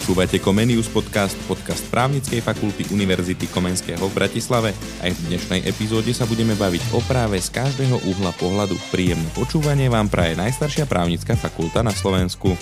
Počúvate Comenius podcast právnickej fakulty Univerzity Komenského v Bratislave. Aj v dnešnej epizóde sa budeme baviť o práve z každého uhla pohľadu. Príjemné počúvanie vám praje najstaršia právnická fakulta na Slovensku.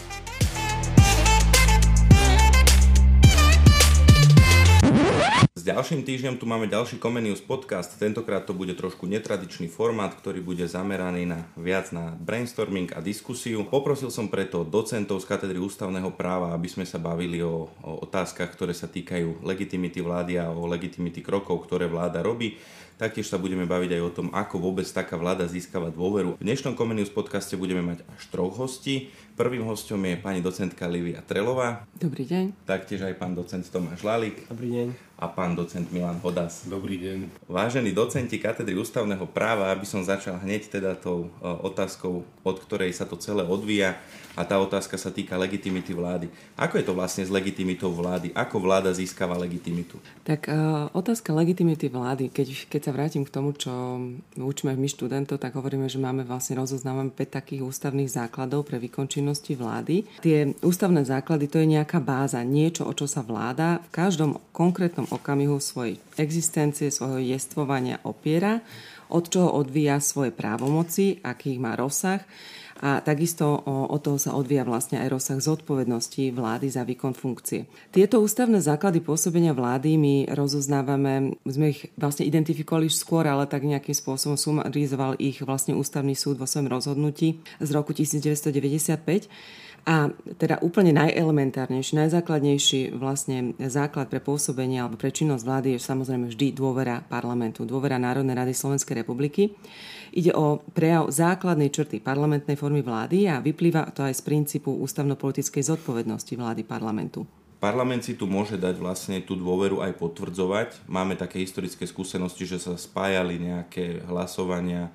S ďalším týždňom tu máme ďalší Comenius podcast. Tentokrát to bude trošku netradičný formát, ktorý bude zameraný viac na brainstorming a diskusiu. Poprosil som preto docentov z katedry ústavného práva, aby sme sa bavili o otázkach, ktoré sa týkajú legitimity vlády a o legitimity krokov, ktoré vláda robí. Taktiež sa budeme baviť aj o tom, ako vôbec taká vláda získava dôveru. V dnešnom Comenius podcaste budeme mať až 3 hostí. Prvým hosťom je pani docentka Lívia Trelová. Dobrý deň. Taktiež aj pán docent Tomáš Lalik. Dobrý deň. A pán docent Milan Hodas. Dobrý deň. Vážení docenti katedry ústavného práva, aby som začal hneď teda tou otázkou, od ktorej sa to celé odvíja, a tá otázka sa týka legitimity vlády. Ako je to vlastne s legitimitou vlády? Ako vláda získava legitimitu? Tak otázka legitimity vlády, keď sa vrátim k tomu, čo učíme my študentov, tak hovoríme, že rozoznávame 5 takých ústavných základov pre výkon činnosti vlády. Tie ústavné základy, to je nejaká báza, niečo, o čo sa vláda v každom konkrétnom okamihu svojej existencie, svojho jestvovania opiera, od čoho odvíja svoje právomoci, aký má rozsah. A takisto od toho sa odvíja vlastne aj rozsah zodpovednosti vlády za výkon funkcie. Tieto ústavné základy pôsobenia vlády my rozoznávame, sme ich vlastne identifikovali už skôr, ale tak nejakým spôsobom sumarizoval ich vlastne ústavný súd vo svojom rozhodnutí z roku 1995. A teda úplne najelementárnejší, najzákladnejší vlastne základ pre pôsobenie alebo pre činnosť vlády je samozrejme vždy dôvera parlamentu, dôvera Národnej rady Slovenskej republiky. Ide o prejav základnej črty parlamentnej formy vlády a vyplýva to aj z princípu ústavno-politickej zodpovednosti vlády parlamentu. Parlament si tu môže dať vlastne tú dôveru aj potvrdzovať. Máme také historické skúsenosti, že sa spájali nejaké hlasovania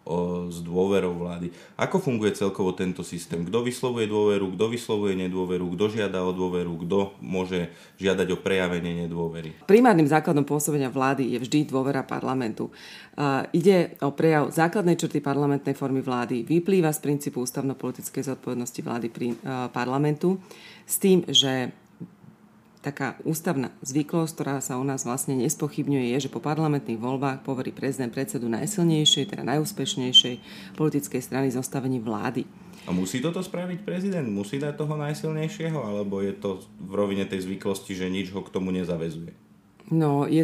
s dôverou vlády. Ako funguje celkovo tento systém? Kto vyslovuje dôveru, kto vyslovuje nedôveru, kto žiada o dôveru, kto môže žiadať o prejavenie nedôvery? Primárnym základom pôsobenia vlády je vždy dôvera parlamentu. Ide o prejav základnej črty parlamentnej formy vlády. Vyplýva z princípu ústavno-politickej zodpovednosti vlády parlamentu s tým, že taká ústavná zvyklosť, ktorá sa u nás vlastne nespochybňuje, je, že po parlamentných voľbách poverí prezident predsedu najsilnejšej, teda najúspešnejšej politickej strany zostavení vlády. A musí toto spraviť prezident? Musí dať toho najsilnejšieho? Alebo je to v rovine tej zvyklosti, že nič ho k tomu nezaväzuje? No, je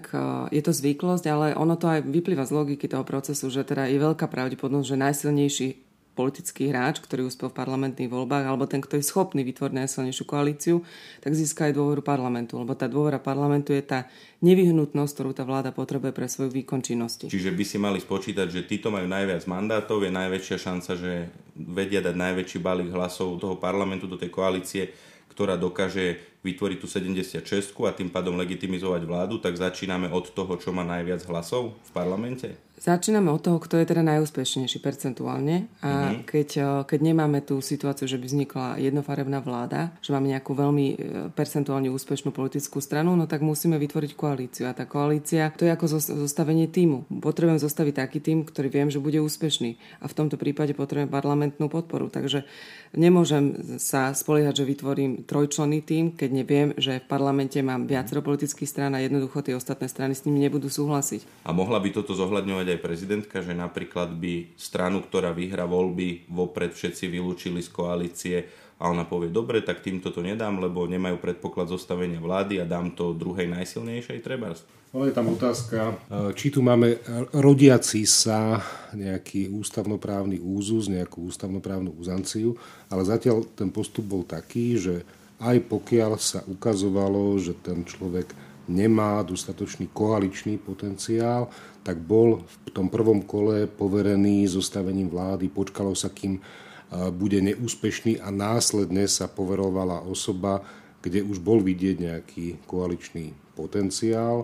to zvyklosť, ale ono to aj vyplýva z logiky toho procesu, že teda je veľká pravdepodobnosť, že najsilnejší politický hráč, ktorý uspel v parlamentných voľbách, alebo ten, ktorý je schopný vytvoriť najsilnejšiu koalíciu, tak získa aj dôveru parlamentu. Lebo tá dôvera parlamentu je tá nevyhnutnosť, ktorú tá vláda potrebuje pre svoju výkon činnosti. Čiže by si mali spočítať, že títo majú najviac mandátov, je najväčšia šanca, že vedia dať najväčší balík hlasov toho parlamentu do tej koalície, ktorá dokáže vytvoriť tú 76 a tým pádom legitimizovať vládu, tak začíname od toho, čo má najviac hlasov v parlamente? Začíname od toho, kto je teda najúspešnejší percentuálne a keď nemáme tú situáciu, že by vznikla jednofarebná vláda, že máme nejakú veľmi percentuálne úspešnú politickú stranu, no tak musíme vytvoriť koalíciu a tá koalícia, to je ako zostavenie tímu. Potrebujem zostaviť taký tím, ktorý viem, že bude úspešný a v tomto prípade potrebujem parlamentnú podporu, takže nemôžem sa spoliehať, že vytvorím trojčlenný tím, keď neviem, že v parlamente mám viacero politických strán a jednoducho tie ostatné strany s nimi nebudú súhlasiť. A mohla by toto zohľadňovať aj prezidentka, že napríklad by stranu, ktorá vyhrá voľby, vopred všetci vylúčili z koalície a ona povie, dobre, tak týmto to nedám, lebo nemajú predpoklad zostavenia vlády a dám to druhej najsilnejšej trebárs. Ale je tam otázka, či tu máme rodiaci sa nejaký ústavnoprávny úzus, nejakú ústavnoprávnu uzanciu, ale zatiaľ ten postup bol taký, že aj pokiaľ sa ukazovalo, že ten človek nemá dostatočný koaličný potenciál, tak bol v tom prvom kole poverený zostavením vlády, počkalo sa, kým bude neúspešný a následne sa poverovala osoba, kde už bol vidieť nejaký koaličný potenciál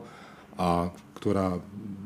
a ktorá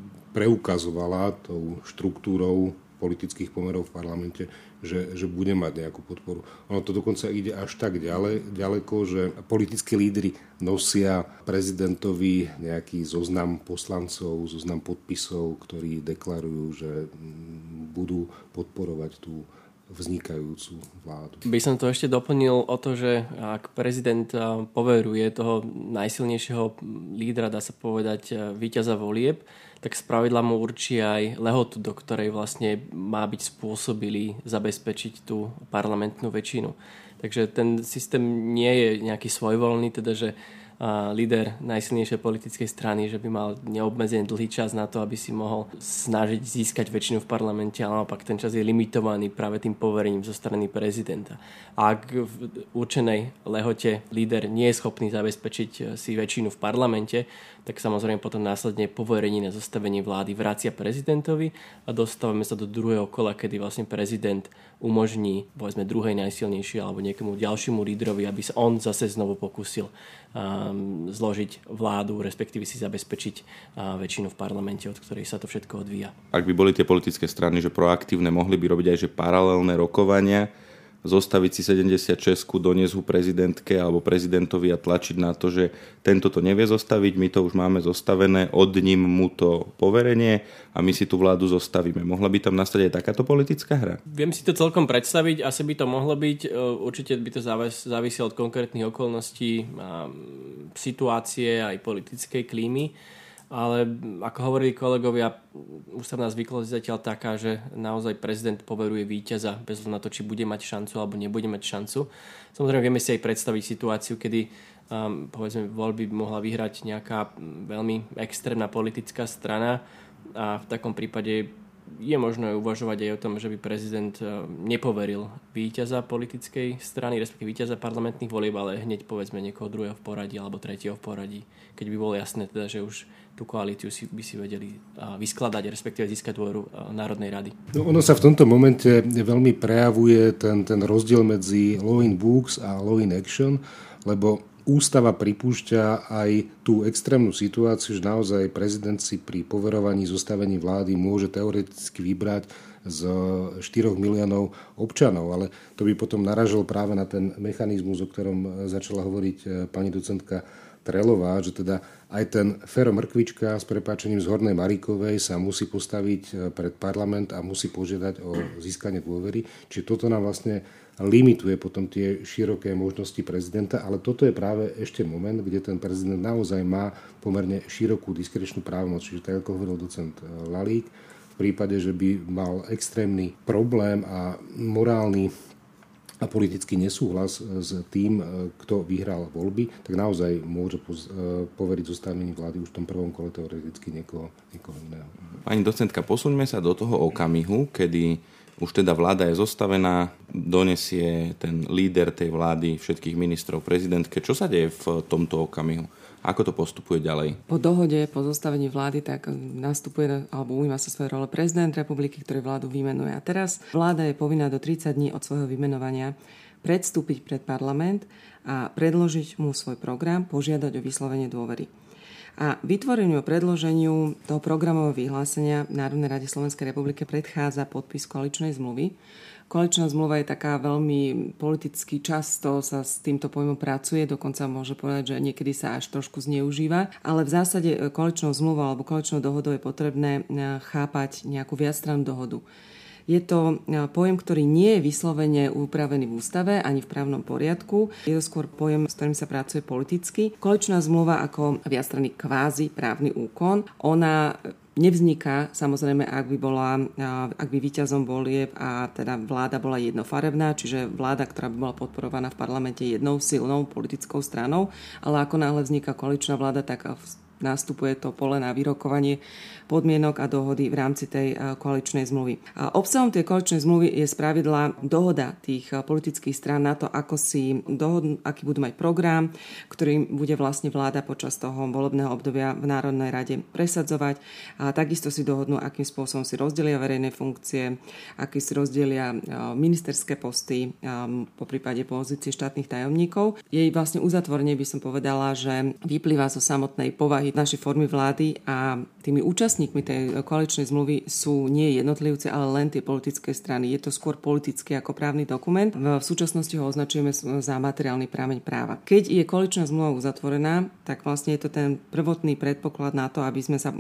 preukazovala tou štruktúrou politických pomerov v parlamente, že bude mať nejakú podporu. Ono to dokonca ide až tak ďaleko, že politickí lídri nosia prezidentovi nejaký zoznam poslancov, zoznam podpisov, ktorí deklarujú, že budú podporovať tú vznikajúcu vládu. By som to ešte doplnil o to, že ak prezident poveruje toho najsilnejšieho lídra, dá sa povedať víťaza volieb, tak spravidla mu určí aj lehotu, do ktorej vlastne má byť spôsobilý zabezpečiť tú parlamentnú väčšinu. Takže ten systém nie je nejaký svojvoľný, teda že líder najsilnejšej politickej strany, že by mal neobmedzený dlhý čas na to, aby si mohol snažiť získať väčšinu v parlamente, ale naopak ten čas je limitovaný práve tým poverením zo strany prezidenta. A ak v určenej lehote líder nie je schopný zabezpečiť si väčšinu v parlamente, tak samozrejme potom následne poverenie na zostavenie vlády vracia prezidentovi a dostávame sa do druhého kola, kedy vlastne prezident umožní povedzme druhej najsilnejšej alebo niekomu ďalšiemu lídrovi, aby sa on zase znovu pokúsil zložiť vládu, respektíve si zabezpečiť väčšinu v parlamente, od ktorej sa to všetko odvíja. Ak by boli tie politické strany, že proaktívne, mohli by robiť aj že paralelné rokovania, zostaviť si 76, doniesť ho prezidentke alebo prezidentovi a tlačiť na to, že tento to nevie zostaviť, my to už máme zostavené, odním mu to poverenie a my si tú vládu zostavíme. Mohla by tam nastať aj takáto politická hra? Viem si to celkom predstaviť, asi by to mohlo byť, určite by to záviselo od konkrétnych okolností, situácie aj politickej klímy. Ale ako hovorili kolegovia, ústavná zvyklosť je zatiaľ taká, že naozaj prezident poveruje víťaza bez ohľadu na to, či bude mať šancu alebo nebude mať šancu. Samozrejme vieme si aj predstaviť situáciu, kedy povedzme voľby mohla vyhrať nejaká veľmi extrémna politická strana a v takom prípade je možné uvažovať aj o tom, že by prezident nepoveril víťaza politickej strany, respektíve víťaza parlamentných volieb, ale hneď povedzme niekoho druhého v poradí alebo tretieho v poradí, keď by bolo jasné teda, že už tú koalíciu by si vedeli vyskladať, respektíve získať dôveru Národnej rady. No, ono sa v tomto momente veľmi prejavuje ten rozdiel medzi law in books a law in action, lebo ústava pripúšťa aj tú extrémnu situáciu, že naozaj prezident si pri poverovaní zostavení vlády môže teoreticky vybrať z 4 miliónov občanov, ale to by potom naražal práve na ten mechanizmus, o ktorom začala hovoriť pani docentka Trelová, že teda aj ten Fero Mrkvička s prepáčením z Hornej Maríkovej sa musí postaviť pred parlament a musí požiadať o získanie dôvery. Čiže toto nám vlastne limituje potom tie široké možnosti prezidenta, ale toto je práve ešte moment, kde ten prezident naozaj má pomerne širokú diskrečnú právomoc. Čiže tak, ako hovoril docent Lalík, v prípade, že by mal extrémny problém a morálny a politický nesúhlas s tým, kto vyhral voľby, tak naozaj môže poveriť zostavením vlády už v tom prvom kole teoreticky niekoho iného. Pani docentka, posuňme sa do toho okamihu, kedy už teda vláda je zostavená, donesie ten líder tej vlády všetkých ministrov prezidentke. Čo sa deje v tomto okamihu? Ako to postupuje ďalej? Po dohode, po zostavení vlády, tak nastupuje alebo ujíma sa svoje role prezident republiky, ktorý vládu vymenuje. A teraz vláda je povinná do 30 dní od svojho vymenovania predstúpiť pred parlament a predložiť mu svoj program, požiadať o vyslovenie dôvery. A vytvoreniu a predloženiu toho programového vyhlásenia v Národnej rade Slovenskej republiky predchádza podpis koaličnej zmluvy. Koaličná zmluva je taká veľmi politicky často sa s týmto pojmom pracuje, dokonca môže povedať, že niekedy sa až trošku zneužíva, ale v zásade koaličnou zmluvou alebo koaličnou dohodou je potrebné chápať nejakú viacstrannú dohodu. Je to pojem, ktorý nie je vyslovene upravený v ústave ani v právnom poriadku. Je to skôr pojem, s ktorým sa pracuje politicky. Koaličná zmluva ako viacstranný kvázi právny úkon, ona nevzniká, samozrejme, ak by víťazom volieb a teda vláda bola jednofarebná, čiže vláda, ktorá by bola podporovaná v parlamente jednou silnou politickou stranou, ale ako náhle vzniká koaličná vláda, tak nastupuje to pole na vyrokovanie podmienok a dohody v rámci tej koaličnej zmluvy. A obsahom tej koaličnej zmluvy je spravidla dohoda tých politických strán na to, ako si dohodnú, aký budú mať program, ktorý bude vlastne vláda počas toho volebného obdobia v Národnej rade presadzovať. A takisto si dohodnú, akým spôsobom si rozdelia verejné funkcie, aký si rozdelia ministerské posty, po prípade pozície štátnych tajomníkov. Jej vlastne uzatvorenie by som povedala, že vyplýva zo samotnej povahy našej formy vlády a tými účastníkmi tej koaličnej zmluvy sú nie jednotlivci, ale len tie politické strany. Je to skôr politický ako právny dokument. V súčasnosti ho označujeme za materiálny prameň práva. Keď je koaličná zmluva uzatvorená, tak vlastne je to ten prvotný predpoklad na to, aby sme sa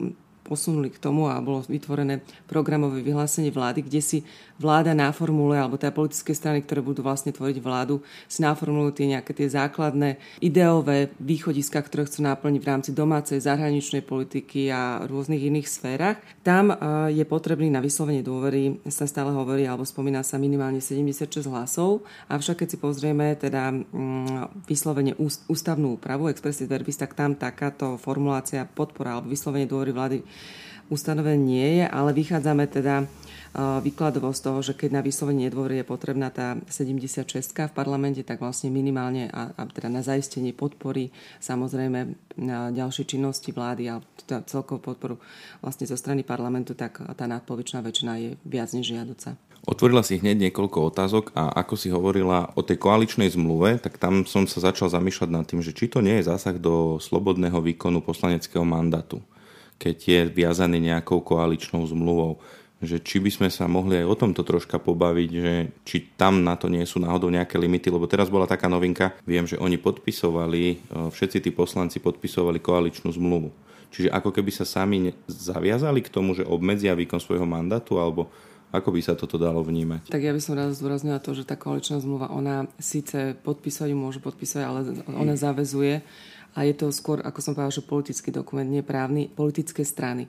posunuli k tomu a bolo vytvorené programové vyhlásenie vlády, kde si vláda naformuluje, alebo teda politické strany, ktoré budú vlastne tvoriť vládu, si naformulujú nejaké tie základné ideové východiska, ktoré chcú naplniť v rámci domácej, zahraničnej politiky a rôznych iných sférach. Tam je potrebný na vyslovenie dôvery, sa stále hovorí, alebo spomína sa minimálne 76 hlasov, avšak keď si pozrieme teda vyslovene ústavnú úpravu, expressis verbis, tak tam takáto formulácia podpora alebo vyslovenie dôvery vlády ustanovené nie je, ale vychádzame teda výkladovo z toho, že keď na vyslovenie nedôvery je potrebná tá 76 v parlamente, tak vlastne minimálne a teda na zaistenie podpory samozrejme na ďalšie činnosti vlády a teda celkovú podporu vlastne zo strany parlamentu, tak tá nadpolovičná väčšina je viac než žiaduca. Otvorila si hneď niekoľko otázok a ako si hovorila o tej koaličnej zmluve, tak tam som sa začal zamýšľať nad tým, že či to nie je zásah do slobodného výkonu poslaneckého mandátu, keď je viazaný nejakou koaličnou zmluvou. Že či by sme sa mohli aj o tomto troška pobaviť, že či tam na to nie sú náhodou nejaké limity, lebo teraz bola taká novinka, viem, že oni podpisovali, všetci tí poslanci podpisovali koaličnú zmluvu. Čiže ako keby sa sami zaviazali k tomu, že obmedzia výkon svojho mandátu, alebo ako by sa toto dalo vnímať? Tak ja by som rada zdôraznila to, že tá koaličná zmluva, ona síce podpísať môže podpísať, ale ona zaväzuje a je to skôr, ako som povedala, že politický dokument, nie právny, politické strany.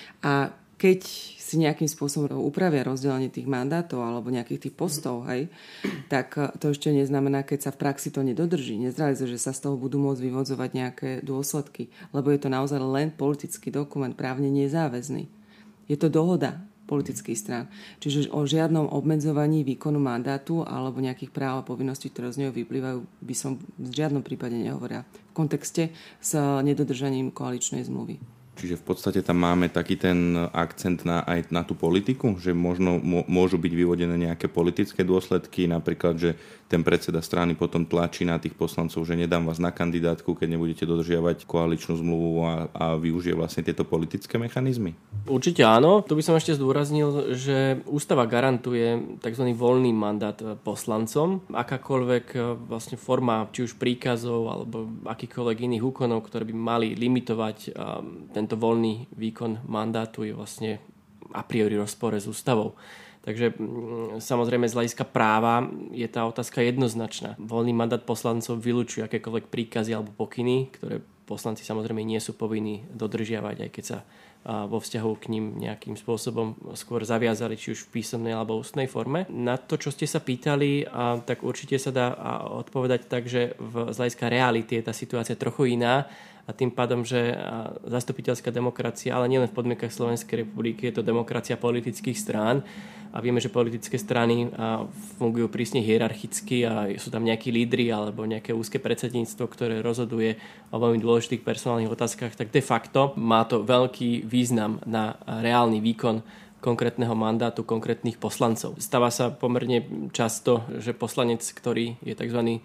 A keď si nejakým spôsobom upravia rozdelenie tých mandátov alebo nejakých tých postov, hej, tak to ešte neznamená, keď sa v praxi to nedodrží, nezrealizuje, že sa z toho budú môcť vyvodzovať nejaké dôsledky, lebo je to naozaj len politický dokument, právne nezáväzný. Je to dohoda politických strán. Čiže o žiadnom obmedzovaní výkonu mandátu alebo nejakých práv a povinností, ktoré z neho vyplývajú, by som v žiadnom prípade nehovorila v kontexte s nedodržaním koaličnej zmluvy. Čiže v podstate tam máme taký ten akcent aj na tú politiku, že možno môžu byť vyvodené nejaké politické dôsledky, napríklad, že ten predseda strany potom tlačí na tých poslancov, že nedám vás na kandidátku, keď nebudete dodržiavať koaličnú zmluvu a využije vlastne tieto politické mechanizmy? Určite áno. Tu by som ešte zdôraznil, že ústava garantuje tzv. Voľný mandát poslancom. Akákoľvek vlastne forma, či už príkazov alebo akýkoľvek iných úkonov, ktoré by mali limitovať tento voľný výkon mandátu, je vlastne a priori rozpore s ústavou. Takže samozrejme z hľadiska práva je tá otázka jednoznačná. Voľný mandát poslancov vylučuje akékoľvek príkazy alebo pokyny, ktoré poslanci samozrejme nie sú povinní dodržiavať, aj keď sa vo vzťahu k ním nejakým spôsobom skôr zaviazali, či už v písomnej alebo ústnej forme. Na to, čo ste sa pýtali, tak určite sa dá odpovedať tak, že z hľadiska reality je tá situácia trochu iná a tým pádom, že zastupiteľská demokracia, ale nielen v podmienkach Slovenskej republiky, je to demokracia politických strán a vieme, že politické strany fungujú prísne hierarchicky a sú tam nejakí lídri alebo nejaké úzke predsedníctvo, ktoré rozhoduje o veľmi dôležitých personálnych otázkach, tak de facto má to veľký význam na reálny výkon konkrétneho mandátu konkrétnych poslancov. Stáva sa pomerne často, že poslanec, ktorý je tzv.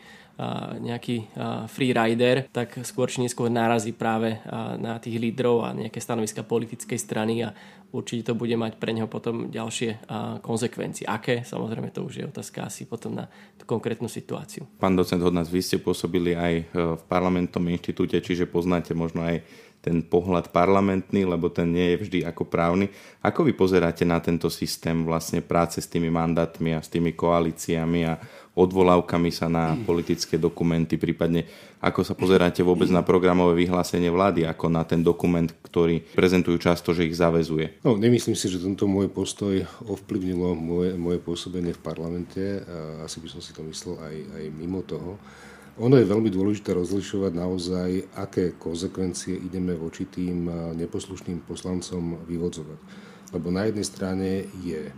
Nejaký free rider, tak skôr či neskôr narazí práve na tých lídrov a nejaké stanoviska politickej strany a určite to bude mať pre neho potom ďalšie konzekvencie. Aké? Samozrejme, to už je otázka asi potom na tú konkrétnu situáciu. Pán docent Hodnáč, vy ste pôsobili aj v parlamentnom inštitúte, čiže poznáte možno aj ten pohľad parlamentný, lebo ten nie je vždy ako právny. Ako vy pozeráte na tento systém vlastne práce s tými mandátmi a s tými koalíciami a odvolávkami sa na politické dokumenty, prípadne ako sa pozeráte vôbec na programové vyhlásenie vlády, ako na ten dokument, ktorý prezentujú často, že ich zaväzuje? No, nemyslím si, že tento môj postoj ovplyvnilo moje pôsobenie v parlamente. Asi by som si to myslel aj mimo toho. Ono je veľmi dôležité rozlišovať naozaj, aké konzekvencie ideme voči tým neposlušným poslancom vyvodzovať. Lebo na jednej strane je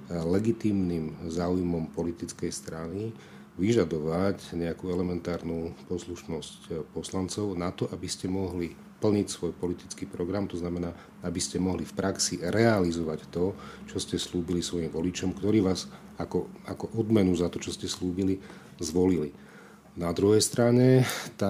legitímnym záujmom politickej strany vyžadovať nejakú elementárnu poslušnosť poslancov na to, aby ste mohli plniť svoj politický program, to znamená, aby ste mohli v praxi realizovať to, čo ste slúbili svojim voličom, ktorí vás ako odmenu za to, čo ste slúbili, zvolili. Na druhej strane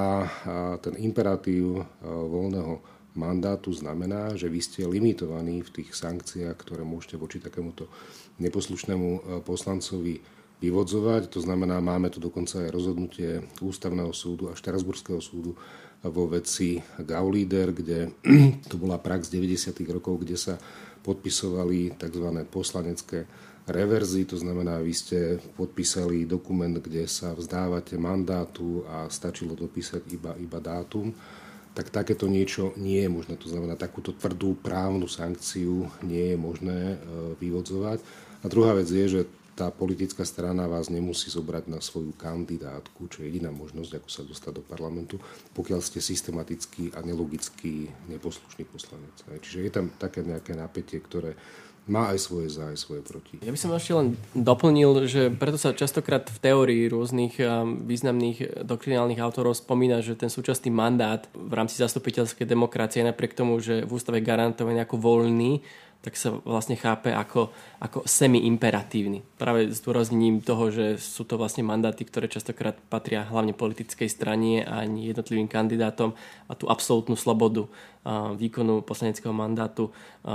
ten imperatív voľného mandátu znamená, že vy ste limitovaní v tých sankciách, ktoré môžete voči takémuto neposlušnému poslancovi vyvodzovať. To znamená, máme tu dokonca aj rozhodnutie Ústavného súdu a Štrasburského súdu, vo veci Gaulider, kde to bola prax 90. rokov, kde sa podpisovali tzv. Poslanecké reverzy, to znamená, vy ste podpísali dokument, kde sa vzdávate mandátu a stačilo dopísať iba dátum, tak takéto niečo nie je možné. To znamená, takúto tvrdú právnu sankciu nie je možné vyvodzovať. A druhá vec je, že tá politická strana vás nemusí zobrať na svoju kandidátku, čo je jediná možnosť, ako sa dostať do parlamentu, pokiaľ ste systematicky a nelogicky neposlušný poslanec. Čiže je tam také nejaké napätie, ktoré má aj svoje za, aj svoje proti. Ja by som ešte len doplnil, že preto sa častokrát v teórii rôznych významných doktrinálnych autorov spomína, že ten súčasný mandát v rámci zastupiteľskej demokracie, napriek tomu, že v ústave je garantovaný ako voľný, tak sa vlastne chápe ako semi-imperatívny. Práve zdôraznením toho, že sú to vlastne mandáty, ktoré častokrát patria hlavne politickej strane a ani jednotlivým kandidátom a tú absolútnu slobodu výkonu poslaneckého mandátu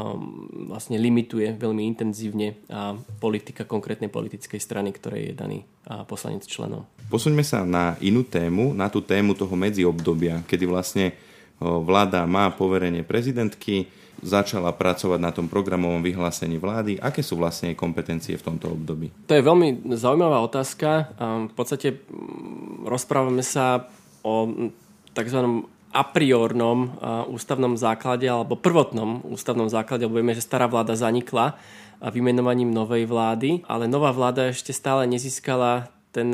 vlastne limituje veľmi intenzívne politika konkrétnej politickej strany, ktorej je daný poslanec členom. Posuňme sa na inú tému, na tú tému toho medziobdobia, kedy vlastne vláda má poverenie prezidentky, začala pracovať na tom programovom vyhlásení vlády. Aké sú vlastne kompetencie v tomto období? To je veľmi zaujímavá otázka. V podstate rozprávame sa o tzv. A priornom ústavnom základe alebo prvotnom ústavnom základe, lebo vieme, že stará vláda zanikla vymenovaním novej vlády, ale nová vláda ešte stále nezískala ten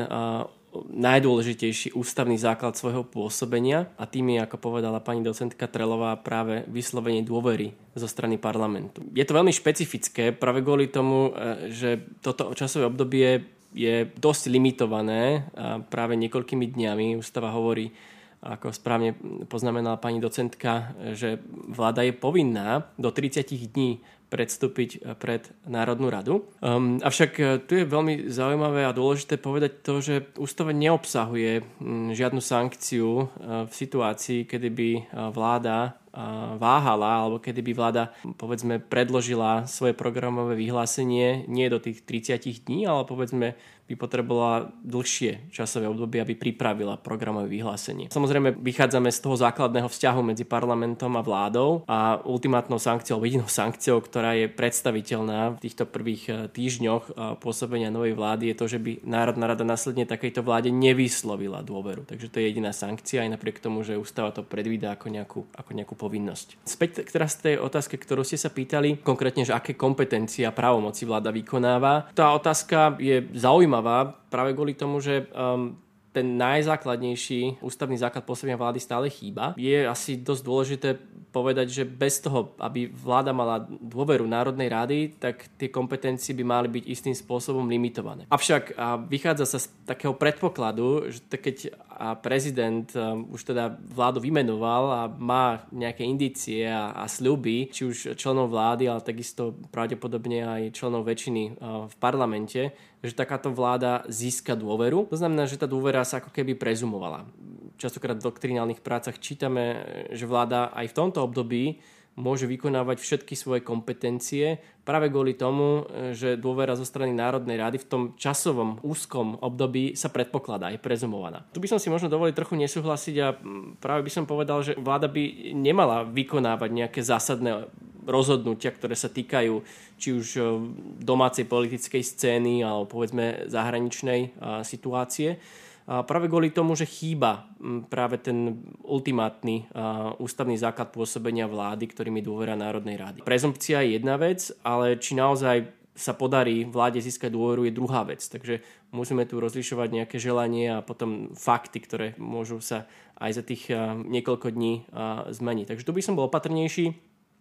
najdôležitejší ústavný základ svojho pôsobenia a tým je, ako povedala pani docentka Trelová, práve vyslovenie dôvery zo strany parlamentu. Je to veľmi špecifické práve kvôli tomu, že toto časové obdobie je dosť limitované práve niekoľkými dňami. Ústava hovorí, ako správne poznamenala pani docentka, že vláda je povinná do 30 dní predstúpiť pred Národnú radu. Avšak tu je veľmi zaujímavé a dôležité povedať to, že ústava neobsahuje žiadnu sankciu v situácii, kedy by vláda váhala, alebo kedy by vláda, povedzme, predložila svoje programové vyhlásenie nie do tých 30 dní, ale povedzme by potrebovala dlhšie časové obdobie, aby pripravila programové vyhlásenie. Samozrejme, vychádzame z toho základného vzťahu medzi parlamentom a vládou a ultimátnou sankciou, alebo jedinou sankciou, ktorá je predstaviteľná v týchto prvých týždňoch pôsobenia novej vlády, je to, že by Národná rada následne takejto vláde nevyslovila dôveru. Takže to je jediná sankcia, aj napriek tomu, že ústava to predvída ako nejakú povinnosť. Späť teraz z tej otázke, ktorú ste sa pýtali, konkrétne, že aké kompetencie a právomoci vláda vykonáva. Tá otázka je zaujímavá práve kvôli tomu, že ten najzákladnejší ústavný základ pôsobenia vlády stále chýba. Je asi dosť dôležité povedať, že bez toho, aby vláda mala dôveru Národnej rady, tak tie kompetencie by mali byť istým spôsobom limitované. Avšak vychádza sa z takého predpokladu, že keď prezident už teda vládu vymenoval a má nejaké indície a sľuby, či už členov vlády, ale takisto pravdepodobne aj členov väčšiny v parlamente, že takáto vláda získa dôveru. To znamená, že tá dôvera sa ako keby prezumovala. Častokrát v doktrinálnych prácach čítame, že vláda aj v tomto období môže vykonávať všetky svoje kompetencie práve kvôli tomu, že dôvera zo strany Národnej rady v tom časovom úzkom období sa predpokladá, je prezumovaná. Tu by som si možno dovolil trochu nesúhlasiť a práve by som povedal, že vláda by nemala vykonávať nejaké zásadné rozhodnutia, ktoré sa týkajú či už domácej politickej scény alebo povedzme zahraničnej situácie. Práve kvôli tomu, že chýba práve ten ultimátny ústavný základ pôsobenia vlády, ktorým je dôvera Národnej rady. Prezumpcia je jedna vec, ale či naozaj sa podarí vláde získať dôveru je druhá vec. Takže musíme tu rozlišovať nejaké želanie a potom fakty, ktoré môžu sa aj za tých niekoľko dní zmeniť. Takže tu by som bol opatrnejší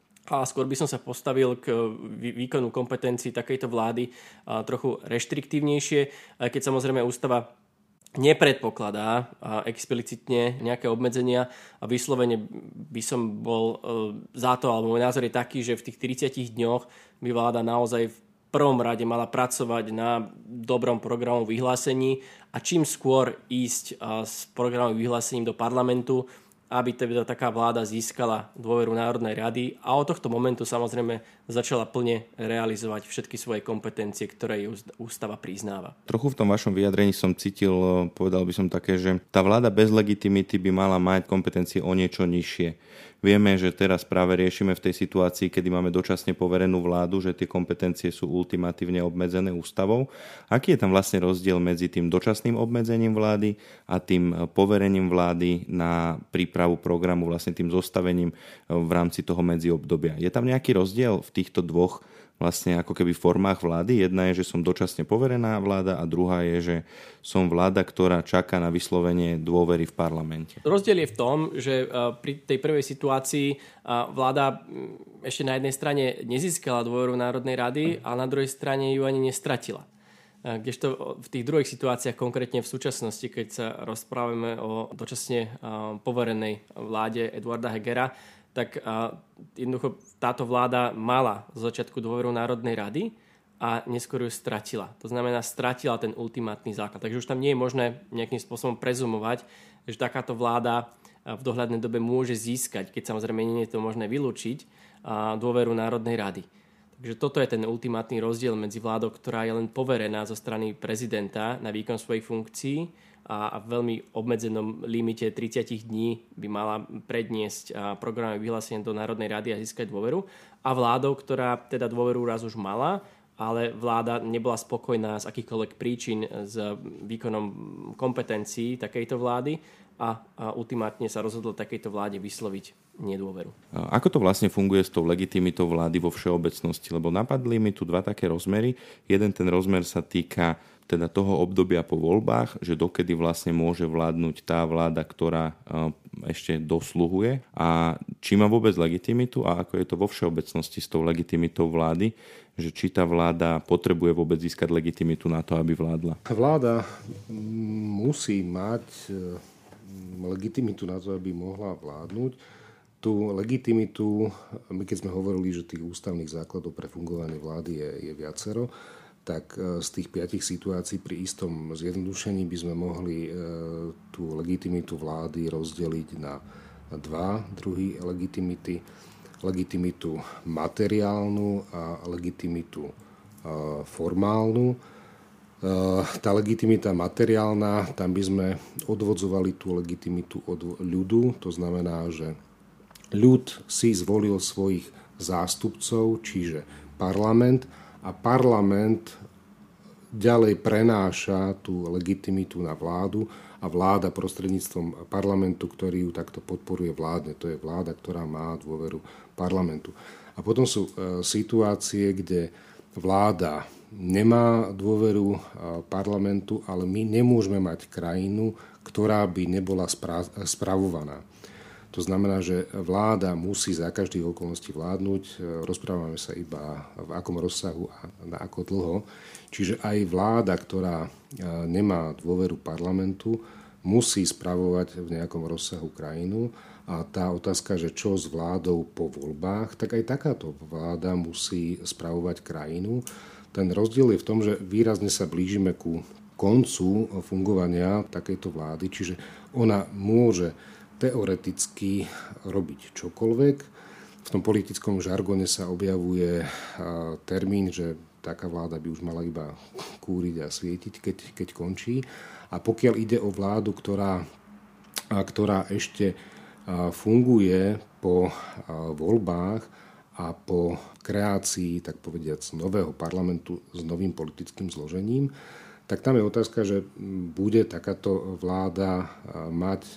a skôr by som sa postavil k výkonu kompetencií takejto vlády trochu reštriktívnejšie, keď samozrejme ústava nepredpokladá explicitne nejaké obmedzenia a vyslovene by som bol za to, alebo môj názor je taký, že v tých 30 dňoch by vláda naozaj v prvom rade mala pracovať na dobrom programovom vyhlásení a čím skôr ísť s programovým vyhlásením do parlamentu, aby teda taká vláda získala dôveru Národnej rady a od tohto momentu samozrejme začala plne realizovať všetky svoje kompetencie, ktoré jej ústava priznáva. Trochu v tom vašom vyjadrení som cítil, povedal by som také, že tá vláda bez legitimity by mala mať kompetencie o niečo nižšie. Vieme, že teraz práve riešime v tej situácii, kedy máme dočasne poverenú vládu, že tie kompetencie sú ultimatívne obmedzené ústavou. Aký je tam vlastne rozdiel medzi tým dočasným obmedzením vlády a tým poverením vlády na prípravu programu, vlastne tým zostavením v rámci toho medziobdobia? Je tam nejaký rozdiel v týchto dvoch vlastne ako keby formách vlády? Jedna je, že som dočasne poverená vláda a druhá je, že som vláda, ktorá čaká na vyslovenie dôvery v parlamente. Rozdiel je v tom, že pri tej prvej situácii vláda ešte na jednej strane nezískala dôveru Národnej rady a na druhej strane ju ani nestratila. Kdežto v tých druhých situáciách, konkrétne v súčasnosti, keď sa rozprávame o dočasne poverenej vláde Eduarda Hegera, tak jednoducho táto vláda mala z začiatku dôveru Národnej rady a neskôr ju stratila. To znamená, stratila ten ultimátny základ. Takže už tam nie je možné nejakým spôsobom prezumovať, že takáto vláda v dohľadnej dobe môže získať, keď samozrejme nie je to možné vylúčiť, dôveru Národnej rady. Takže toto je ten ultimátny rozdiel medzi vládou, ktorá je len poverená zo strany prezidenta na výkon svojich funkcií a v veľmi obmedzenom limite 30 dní by mala predniesť programy vyhlásenia do Národnej rady a získať dôveru. A vládou, ktorá teda dôveru raz už mala, ale vláda nebola spokojná z akýchkoľvek príčin s výkonom kompetencií takejto vlády a ultimátne sa rozhodlo takejto vláde vysloviť nedôveru. Ako to vlastne funguje s tou legitimitou vlády vo všeobecnosti? Lebo napadli mi tu dva také rozmery. Jeden ten rozmer sa týka teda toho obdobia po voľbách, že dokedy vlastne môže vládnuť tá vláda, ktorá ešte dosluhuje a či má vôbec legitimitu a ako je to vo všeobecnosti s tou legitimitou vlády, že či tá vláda potrebuje vôbec získať legitimitu na to, aby vládla. Vláda musí mať legitimitu na to, aby mohla vládnuť. Tú legitimitu, my keď sme hovorili, že tých ústavných základov pre fungovanie vlády je viacero, tak z tých 5 situácií pri istom zjednodušení by sme mohli tú legitimitu vlády rozdeliť na dva druhy legitimity. Legitimitu materiálnu a legitimitu formálnu. Tá legitimita materiálna, tam by sme odvodzovali tú legitimitu od ľudu. To znamená, že ľud si zvolil svojich zástupcov, čiže parlament, a parlament ďalej prenáša tú legitimitu na vládu a vláda prostredníctvom parlamentu, ktorý ju takto podporuje, vládne. To je vláda, ktorá má dôveru parlamentu. A potom sú situácie, kde vláda nemá dôveru parlamentu, ale my nemôžeme mať krajinu, ktorá by nebola spravovaná. To znamená, že vláda musí za každých okolností vládnuť. Rozprávame sa iba v akom rozsahu a na ako dlho. Čiže aj vláda, ktorá nemá dôveru parlamentu, musí spravovať v nejakom rozsahu krajinu. A tá otázka, že čo s vládou po voľbách, tak aj takáto vláda musí spravovať krajinu. Ten rozdiel je v tom, že výrazne sa blížime ku koncu fungovania takejto vlády, čiže ona môže teoreticky robiť čokoľvek. V tom politickom žargone sa objavuje termín, že taká vláda by už mala iba kúriť a svietiť, keď končí. A pokiaľ ide o vládu, ktorá ešte funguje po voľbách a po kreácii, tak povediac, nového parlamentu s novým politickým zložením, tak tam je otázka, že bude takáto vláda mať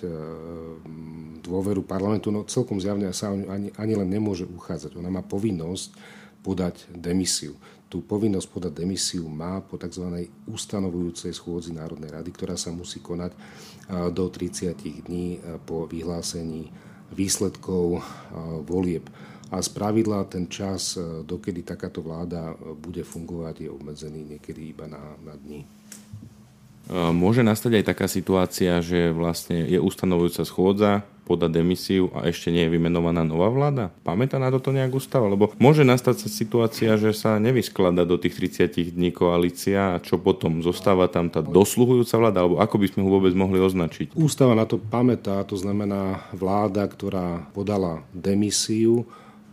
dôveru parlamentu. No celkom zjavne sa ani len nemôže uchádzať. Ona má povinnosť podať demisiu. Tú povinnosť podať demisiu má po tzv. Ustanovujúcej schôdzi Národnej rady, ktorá sa musí konať do 30 dní po vyhlásení výsledkov volieb. A spravidla ten čas, dokedy takáto vláda bude fungovať, je obmedzený niekedy iba na dni. Môže nastať aj taká situácia, že vlastne je ustanovujúca schôdza, podá demisiu a ešte nie je vymenovaná nová vláda? Pamätá na toto nejak ústava? Lebo môže nastať situácia, že sa nevyskladá do tých 30 dní koalícia a čo potom? Zostáva tam tá dosluhujúca vláda? Alebo ako by sme ho vôbec mohli označiť? Ústava na to pamätá, to znamená vláda, ktorá podala demisiu,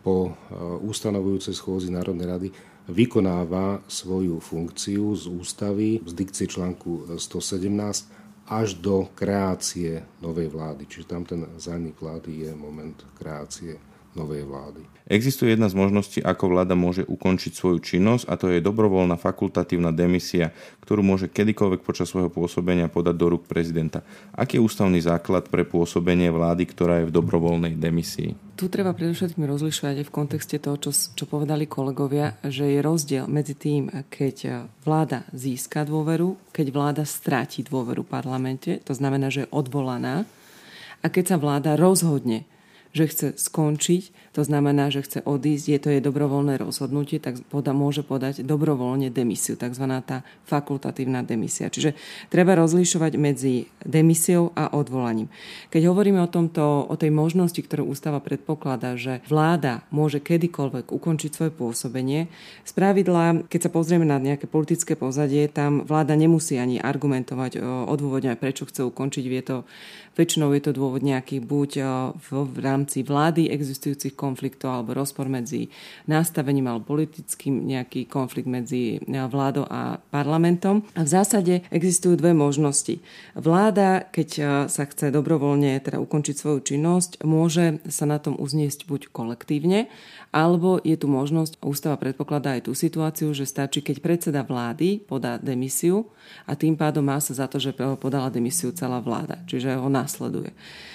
po ustanovujúcej schôdzi Národnej rady vykonáva svoju funkciu z ústavy, z dikcie článku 117 až do kreácie novej vlády. Čiže tam ten zánik vlády je moment kreácie novej vlády. Existuje jedna z možností, ako vláda môže ukončiť svoju činnosť, a to je dobrovoľná fakultatívna demisia, ktorú môže kedykoľvek počas svojho pôsobenia podať do rúk prezidenta. Aký je ústavný základ pre pôsobenie vlády, ktorá je v dobrovoľnej demisii? Tu treba predovšetkým rozlišovať aj v kontexte toho, čo povedali kolegovia, že je rozdiel medzi tým, keď vláda získa dôveru, keď vláda stráti dôveru v parlamente, to znamená, že je odvolaná, a keď sa vláda rozhodne, že chce skončiť, to znamená, že chce odísť, je to jej dobrovoľné rozhodnutie, tak môže podať dobrovoľne demisiu, takzvaná tá fakultatívna demisia. Čiže treba rozlišovať medzi demisiou a odvolaním. Keď hovoríme o tej možnosti, ktorú ústava predpokladá, že vláda môže kedykoľvek ukončiť svoje pôsobenie, spravidla, keď sa pozrieme na nejaké politické pozadie, tam vláda nemusí ani argumentovať, odôvodňovať, prečo chce ukončiť. Väčšinou je to dôvod nejaký buď v rámci vlády existujúcich konfliktov alebo rozpor medzi nastavením alebo politickým nejaký konflikt medzi vládou a parlamentom. A v zásade existujú dve možnosti. Vláda, keď sa chce dobrovoľne teda ukončiť svoju činnosť, môže sa na tom uzniesť buď kolektívne, alebo je tu možnosť, ústava predpokladá aj tú situáciu, že stačí, keď predseda vlády podá demisiu a tým pádom má sa za to, že podala demisiu celá vláda, čiže ho nasleduje.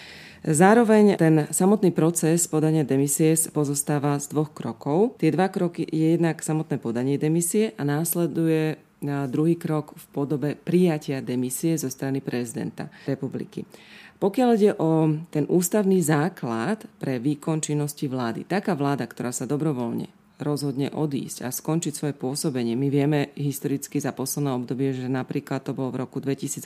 Zároveň ten samotný proces podania demisie pozostáva z 2 krokov. Tie 2 kroky je jednak samotné podanie demisie a následuje druhý krok v podobe prijatia demisie zo strany prezidenta republiky. Pokiaľ ide o ten ústavný základ pre výkon činnosti vlády, taká vláda, ktorá sa dobrovoľne rozhodne odísť a skončiť svoje pôsobenie. My vieme historicky za posledné obdobie, že napríklad to bolo v roku 2018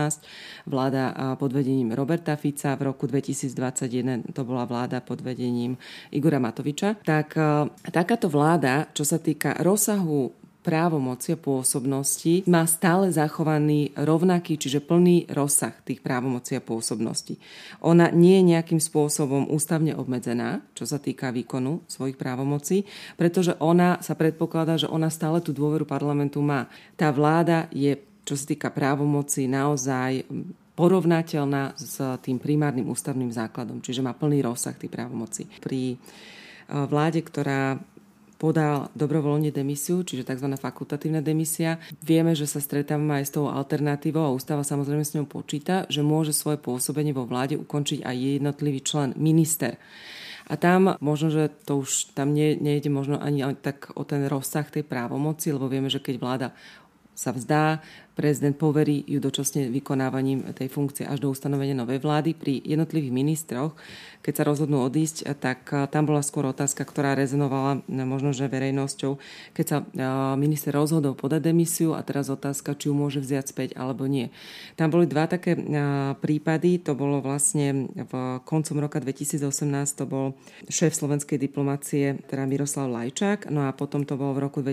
vláda pod vedením Roberta Fica, v roku 2021 to bola vláda pod vedením Igora Matoviča. Tak takáto vláda, čo sa týka rozsahu právomoci a pôsobnosti, má stále zachovaný rovnaký, čiže plný rozsah tých právomocí a pôsobností. Ona nie je nejakým spôsobom ústavne obmedzená, čo sa týka výkonu svojich právomocí, pretože ona sa predpokladá, že ona stále tú dôveru parlamentu má. Tá vláda je, čo sa týka právomocí, naozaj porovnateľná s tým primárnym ústavným základom, čiže má plný rozsah tých právomocí. Pri vláde, ktorá podal dobrovoľne demisiu, čiže tzv. Fakultatívna demisia. Vieme, že sa stretávame aj s tou alternatívou a ústava samozrejme s ňou počíta, že môže svoje pôsobenie vo vláde ukončiť aj jednotlivý člen, minister. A tam možno, že to už tam nejde možno ani tak o ten rozsah tej právomoci, lebo vieme, že keď vláda sa vzdá, prezident poverí ju dočasne vykonávaním tej funkcie až do ustanovenia novej vlády. Pri jednotlivých ministroch, keď sa rozhodnú odísť, tak tam bola skôr otázka, ktorá rezonovala možno, že verejnosťou, keď sa minister rozhodol podať demisiu a teraz otázka, či ju môže vziať späť alebo nie. Tam boli 2 také prípady, to bolo vlastne v koncom roka 2018, to bol šéf slovenskej diplomácie, teda Miroslav Lajčák, no a potom to bolo v roku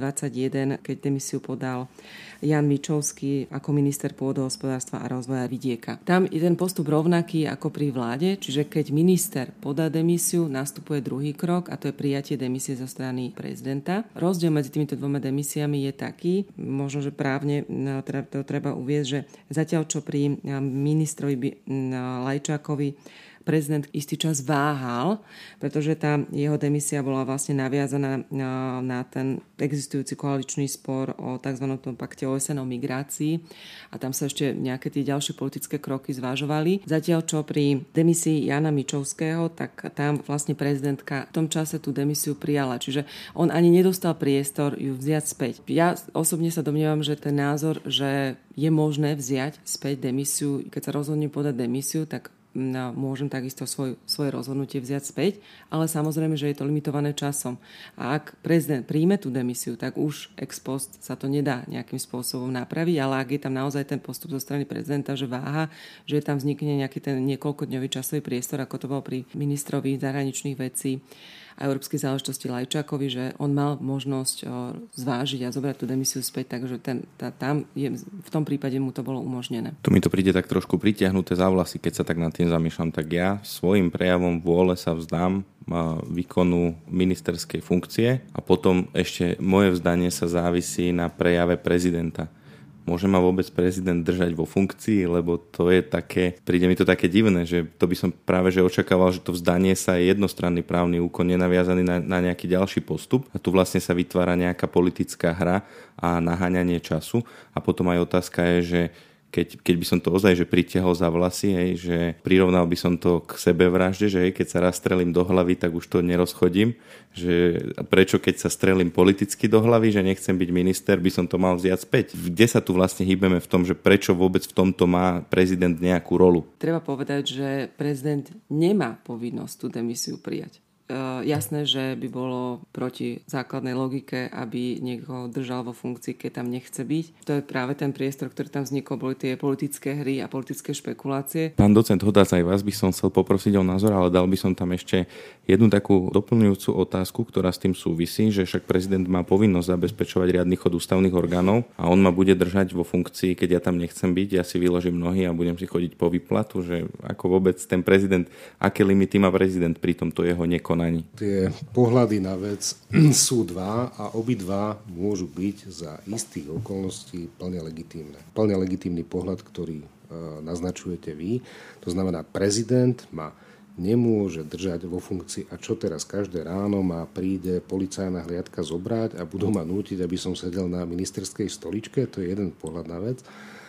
2021, keď demisiu podal Jan Mičovský ako minister pôdohospodárstva a rozvoja vidieka. Tam je ten postup rovnaký ako pri vláde, čiže keď minister podá demisiu, nastupuje druhý krok a to je prijatie demisie zo strany prezidenta. Rozdiel medzi týmito 2 demisiami je taký, možno, že právne to treba uviesť, že zatiaľ čo pri ministrovi Lajčákovi prezident istý čas váhal, pretože tá jeho demisia bola vlastne naviazaná na ten existujúci koaličný spor o tzv. Pakte OSN o migrácii a tam sa ešte nejaké tie ďalšie politické kroky zvažovali. Zatiaľ čo pri demisii Jana Mičovského, tak tam vlastne prezidentka v tom čase tú demisiu prijala, čiže on ani nedostal priestor ju vziať späť. Ja osobne sa domnievam, že ten názor, že je možné vziať späť demisiu, keď sa rozhodne podať demisiu, tak môžem takisto svoje rozhodnutie vziať späť, ale samozrejme, že je to limitované časom. A ak prezident príjme tú demisiu, tak už ex post sa to nedá nejakým spôsobom napraviť, ale ak je tam naozaj ten postup zo strany prezidenta, že váha, že tam vznikne nejaký ten niekoľkodňový časový priestor, ako to bolo pri ministrovi zahraničných vecí a európskej záležitosti Lajčákovi, že on mal možnosť zvážiť a zobrať tú demisiu späť, takže v tom prípade mu to bolo umožnené. Tu mi to príde tak trošku pritiahnuté za vlasy, keď sa tak nad tým zamýšľam, tak ja svojim prejavom vôle sa vzdám výkonu ministerskej funkcie a potom ešte moje vzdanie sa závisí na prejave prezidenta. Môže ma vôbec prezident držať vo funkcii, lebo to je také, príde mi to také divné, že to by som práve že očakával, že to vzdanie sa je jednostranný právny úkon, nenaviazaný na nejaký ďalší postup a tu vlastne sa vytvára nejaká politická hra a naháňanie času a potom aj otázka je, že keď by som to ozaj že pritiahol za vlasy, hej, že prirovnal by som to k sebevražde, že hej, keď sa raz strelím do hlavy, tak už to nerozchodím, že prečo keď sa strelím politicky do hlavy, že nechcem byť minister, by som to mal vziať späť. Kde sa tu vlastne hýbeme v tom, že prečo vôbec v tomto má prezident nejakú rolu? Treba povedať, že prezident nemá povinnosť tú demisiu prijať. Jasné, že by bolo proti základnej logike, aby niekoho držal vo funkcii, keď tam nechce byť. To je práve ten priestor, ktorý tam vznikol, boli tie politické hry a politické špekulácie. Pán docent Hodác, aj vás by som chcel poprosiť o názor, ale dal by som tam ešte jednu takú doplňujúcu otázku, ktorá s tým súvisí, že však prezident má povinnosť zabezpečovať riadny chod ústavných orgánov a on ma bude držať vo funkcii, keď ja tam nechcem byť, ja si vyložím nohy a budem si chodiť po výplatu, že ako vôbec ten prezident, aké limity má prezident pri tomto jeho nekonaní. Tie pohľady na vec sú dva a obidva môžu byť za istých okolností plne legitímne. Plne legitímny pohľad, ktorý naznačujete vy. To znamená, prezident ma nemôže držať vo funkcii a čo teraz každé ráno ma príde policajná hliadka zobrať a budú ma nútiť, aby som sedel na ministerskej stoličke. To je jeden pohľad na vec.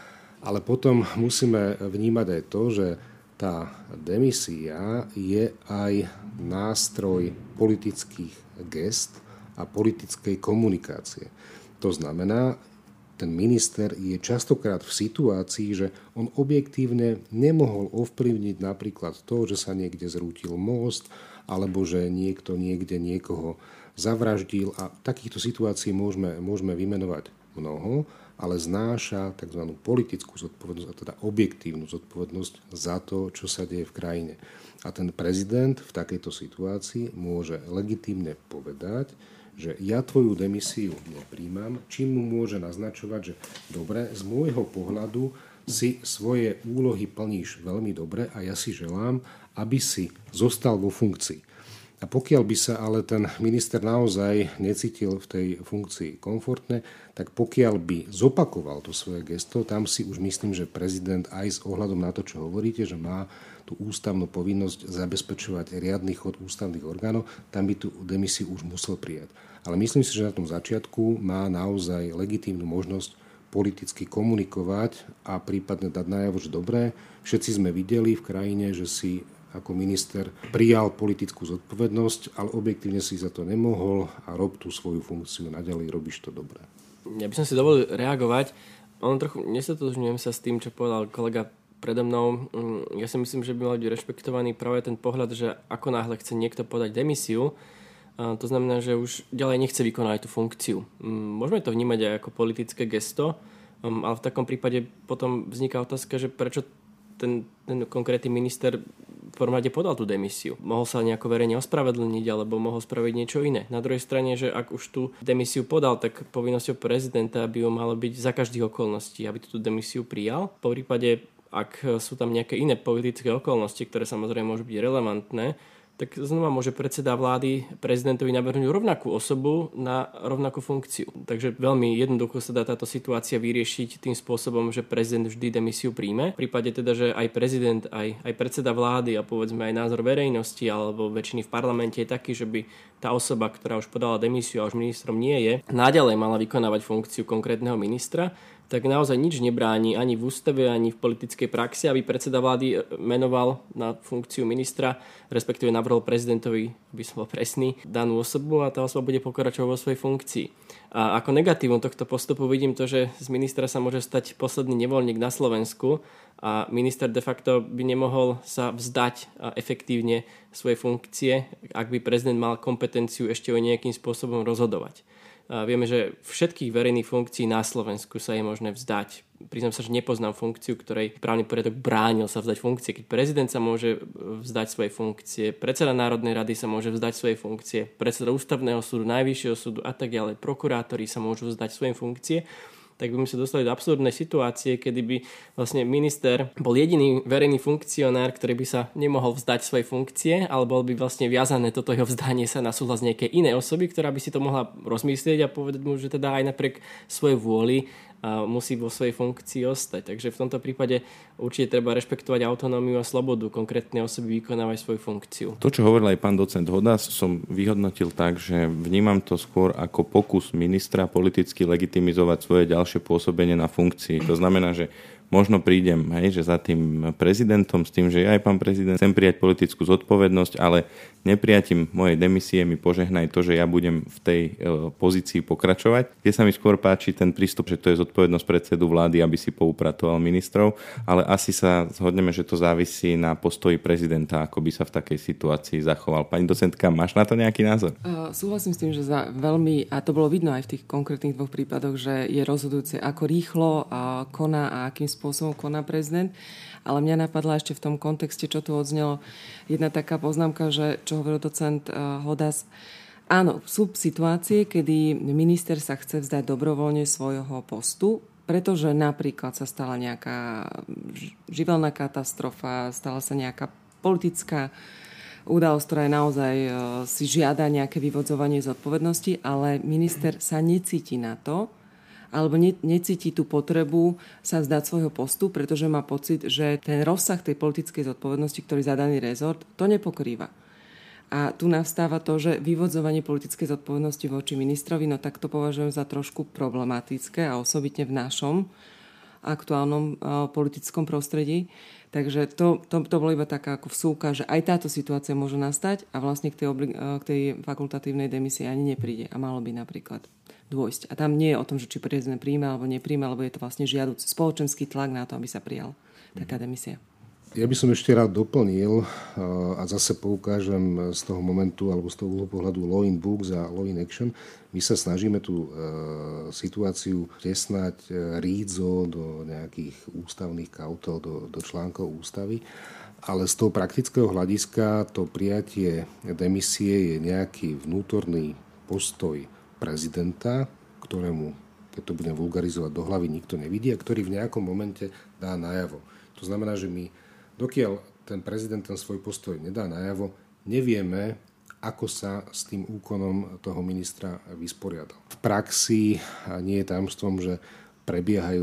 Ale potom musíme vnímať aj to, že tá demisia je aj nástroj politických gest a politickej komunikácie. To znamená, ten minister je častokrát v situácii, že on objektívne nemohol ovplyvniť napríklad to, že sa niekde zrútil most, alebo že niekto niekde niekoho zavraždil. A takýchto situácií môžeme vymenovať mnoho, ale znáša tzv. Politickú zodpovednosť, a teda objektívnu zodpovednosť za to, čo sa deje v krajine. A ten prezident v takejto situácii môže legitímne povedať, že ja tvoju demisiu nepríjmam, čím mu môže naznačovať, že dobre, z môjho pohľadu si svoje úlohy plníš veľmi dobre a ja si želám, aby si zostal vo funkcii. A pokiaľ by sa ale ten minister naozaj necítil v tej funkcii komfortne, tak pokiaľ by zopakoval to svoje gesto, tam si už myslím, že prezident aj s ohľadom na to, čo hovoríte, že má tú ústavnú povinnosť zabezpečovať riadny chod ústavných orgánov, tam by tú demisiu už musel prijať. Ale myslím si, že na tom začiatku má naozaj legitímnu možnosť politicky komunikovať a prípadne dať najavo, že dobré, všetci sme videli v krajine, že si ako minister prijal politickú zodpovednosť, ale objektívne si za to nemohol a rob tú svoju funkciu naďalej, robíš to dobre. Ja by som si dovolil reagovať. Trochu nesatožňujem sa s tým, čo povedal kolega predo mnou. Ja si myslím, že by mal byť rešpektovaný práve ten pohľad, že ako náhle chce niekto podať demisiu, to znamená, že už ďalej nechce vykonávať tú funkciu. Môžeme to vnímať aj ako politické gesto, ale v takom prípade potom vzniká otázka, že prečo ten konkrétny minister v prvom rade podal tú demisiu. Mohol sa nejako verejne ospravedlniť alebo mohol spraviť niečo iné. Na druhej strane, že ak už tú demisiu podal, tak povinnosťou prezidenta by ho malo byť za každých okolností, aby tú demisiu prijal. Po prípade, ak sú tam nejaké iné politické okolnosti, ktoré samozrejme môžu byť relevantné, tak znova môže predseda vlády prezidentovi navrhnúť rovnakú osobu na rovnakú funkciu. Takže veľmi jednoducho sa dá táto situácia vyriešiť tým spôsobom, že prezident vždy demisiu príjme. V prípade teda, že aj prezident, aj predseda vlády a povedzme aj názor verejnosti alebo väčšiny v parlamente je taký, že by tá osoba, ktorá už podala demisiu a už ministrom nie je, naďalej mala vykonávať funkciu konkrétneho ministra, tak naozaj nič nebráni ani v ústave, ani v politickej praxi, aby predseda vlády menoval na funkciu ministra, respektíve navrhol prezidentovi, aby som bol presný, danú osobu a tá osoba bude pokračovať vo svojej funkcii. A ako negatívum tohto postupu vidím to, že z ministra sa môže stať posledný nevoľník na Slovensku a minister de facto by nemohol sa vzdať efektívne svojej funkcie, ak by prezident mal kompetenciu ešte o nejakým spôsobom rozhodovať. Vieme, že všetkých verejných funkcií na Slovensku sa je možné vzdať. Priznám sa, že nepoznám funkciu, ktorej právny poriadok bránil sa vzdať funkcie. Keď prezident sa môže vzdať svojej funkcie, predseda Národnej rady sa môže vzdať svojej funkcie, predseda Ústavného súdu, Najvyššieho súdu a tak ďalej, prokurátori sa môžu vzdať svojej funkcie, tak by sme sa dostali do absurdnej situácie, kedy by vlastne minister bol jediný verejný funkcionár, ktorý by sa nemohol vzdať svojej funkcie, ale bol by vlastne viazané toto jeho vzdanie sa na súhlas nejakej inej osoby, ktorá by si to mohla rozmyslieť a povedať mu, že teda aj napriek svojej vôli musí vo svojej funkcii ostať. Takže v tomto prípade určite treba rešpektovať autonómiu a slobodu konkrétnej osoby vykonávať svoju funkciu. To, čo hovoril aj pán docent Hodas, som vyhodnotil tak, že vnímam to skôr ako pokus ministra politicky legitimizovať svoje ďalšie pôsobenie na funkcii. To znamená, že možno prídem, že za tým prezidentom s tým, že ja aj pán prezident chcem prijať politickú zodpovednosť, ale neprijatím mojej demisie mi požehnaj to, že ja budem v tej pozícii pokračovať. Kde sa mi skôr páči ten prístup, že to je zodpovednosť predsedu vlády, aby si poupratoval ministrov, ale asi sa zhodneme, že to závisí na postoji prezidenta, ako by sa v takej situácii zachoval. Pani docentka, máš na to nejaký názor? Súhlasím s tým, že veľmi, a to bolo vidno aj v tých konkrétnych dvoch prípadoch, že je rozhodujúce, ako rýchlo koná a akým spôsobom koná prezident. Ale mňa napadla ešte v tom kontexte, čo tu odznelo, jedna taká poznámka, že čo hovoril docent Hodas. Áno, sú situácie, kedy minister sa chce vzdať dobrovoľne svojho postu, pretože napríklad sa stala nejaká živelná katastrofa, stala sa nejaká politická udalosť, ktorá je naozaj si žiada nejaké vyvodzovanie zodpovednosti, ale minister sa necíti na to, alebo necíti tú potrebu sa vzdať svojho postu, pretože má pocit, že ten rozsah tej politickej zodpovednosti, ktorý za daný rezort, to nepokrýva. A tu nastáva to, že vyvodzovanie politickej zodpovednosti voči ministrovi, no tak to považujem za trošku problematické a osobitne v našom aktuálnom politickom prostredí. Takže to bolo iba taká ako vsúka, že aj táto situácia môže nastať a vlastne k tej fakultatívnej demisii ani nepríde. A malo by napríklad dôjsť. A tam nie je o tom, že či prezident príjme alebo nepríjme, alebo je to vlastne žiaduci spoločenský tlak na to, aby sa prijal taká demisia. Ja by som ešte rád doplnil a zase poukážem z toho momentu alebo z toho uhlu pohľadu Law in Books a Law in Action. My sa snažíme tú situáciu tesnať rídzo do nejakých ústavných kautel, do článkov ústavy, ale z toho praktického hľadiska to prijatie demisie je nejaký vnútorný postoj prezidenta, ktorému, keď to budem vulgarizovať, do hlavy nikto nevidí a ktorý v nejakom momente dá najavo. To znamená, že my, dokiaľ ten prezident ten svoj postoj nedá najavo, nevieme, ako sa s tým úkonom toho ministra vysporiadal. V praxi nie je tajomstvom, že prebiehajú